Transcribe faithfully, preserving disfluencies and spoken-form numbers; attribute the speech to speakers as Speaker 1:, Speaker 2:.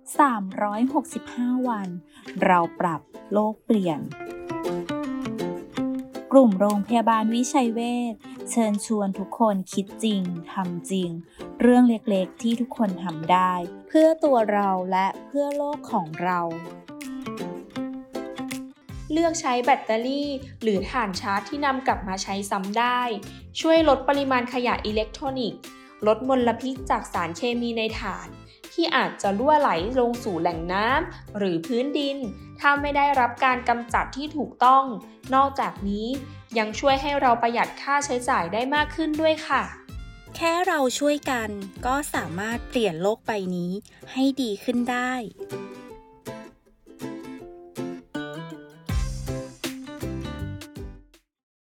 Speaker 1: สามร้อยหกสิบห้า วันเราปรับโลกเปลี่ยนกลุ่มโรงพยาบาลวิชัยเวชเชิญชวนทุกคนคิดจริงทำจริงเรื่องเล็กๆที่ทุกคนทำได้เพื่อตัวเราและเพื่อโลกของเรา
Speaker 2: เลือกใช้แบตเตอรี่หรือถ่านชาร์จที่นำกลับมาใช้ซ้ำได้ช่วยลดปริมาณขยะอิเล็กทรอนิกส์ลดมลพิษจากสารเคมีในถ่านที่อาจจะรั่วไหลลงสู่แหล่งน้ำหรือพื้นดินถ้าไม่ได้รับการกำจัดที่ถูกต้องนอกจากนี้ยังช่วยให้เราประหยัดค่าใช้จ่ายได้มากขึ้นด้วยค่ะ
Speaker 1: แค่เราช่วยกันก็สามารถเปลี่ยนโลกใบนี้ให้ดีขึ้นได้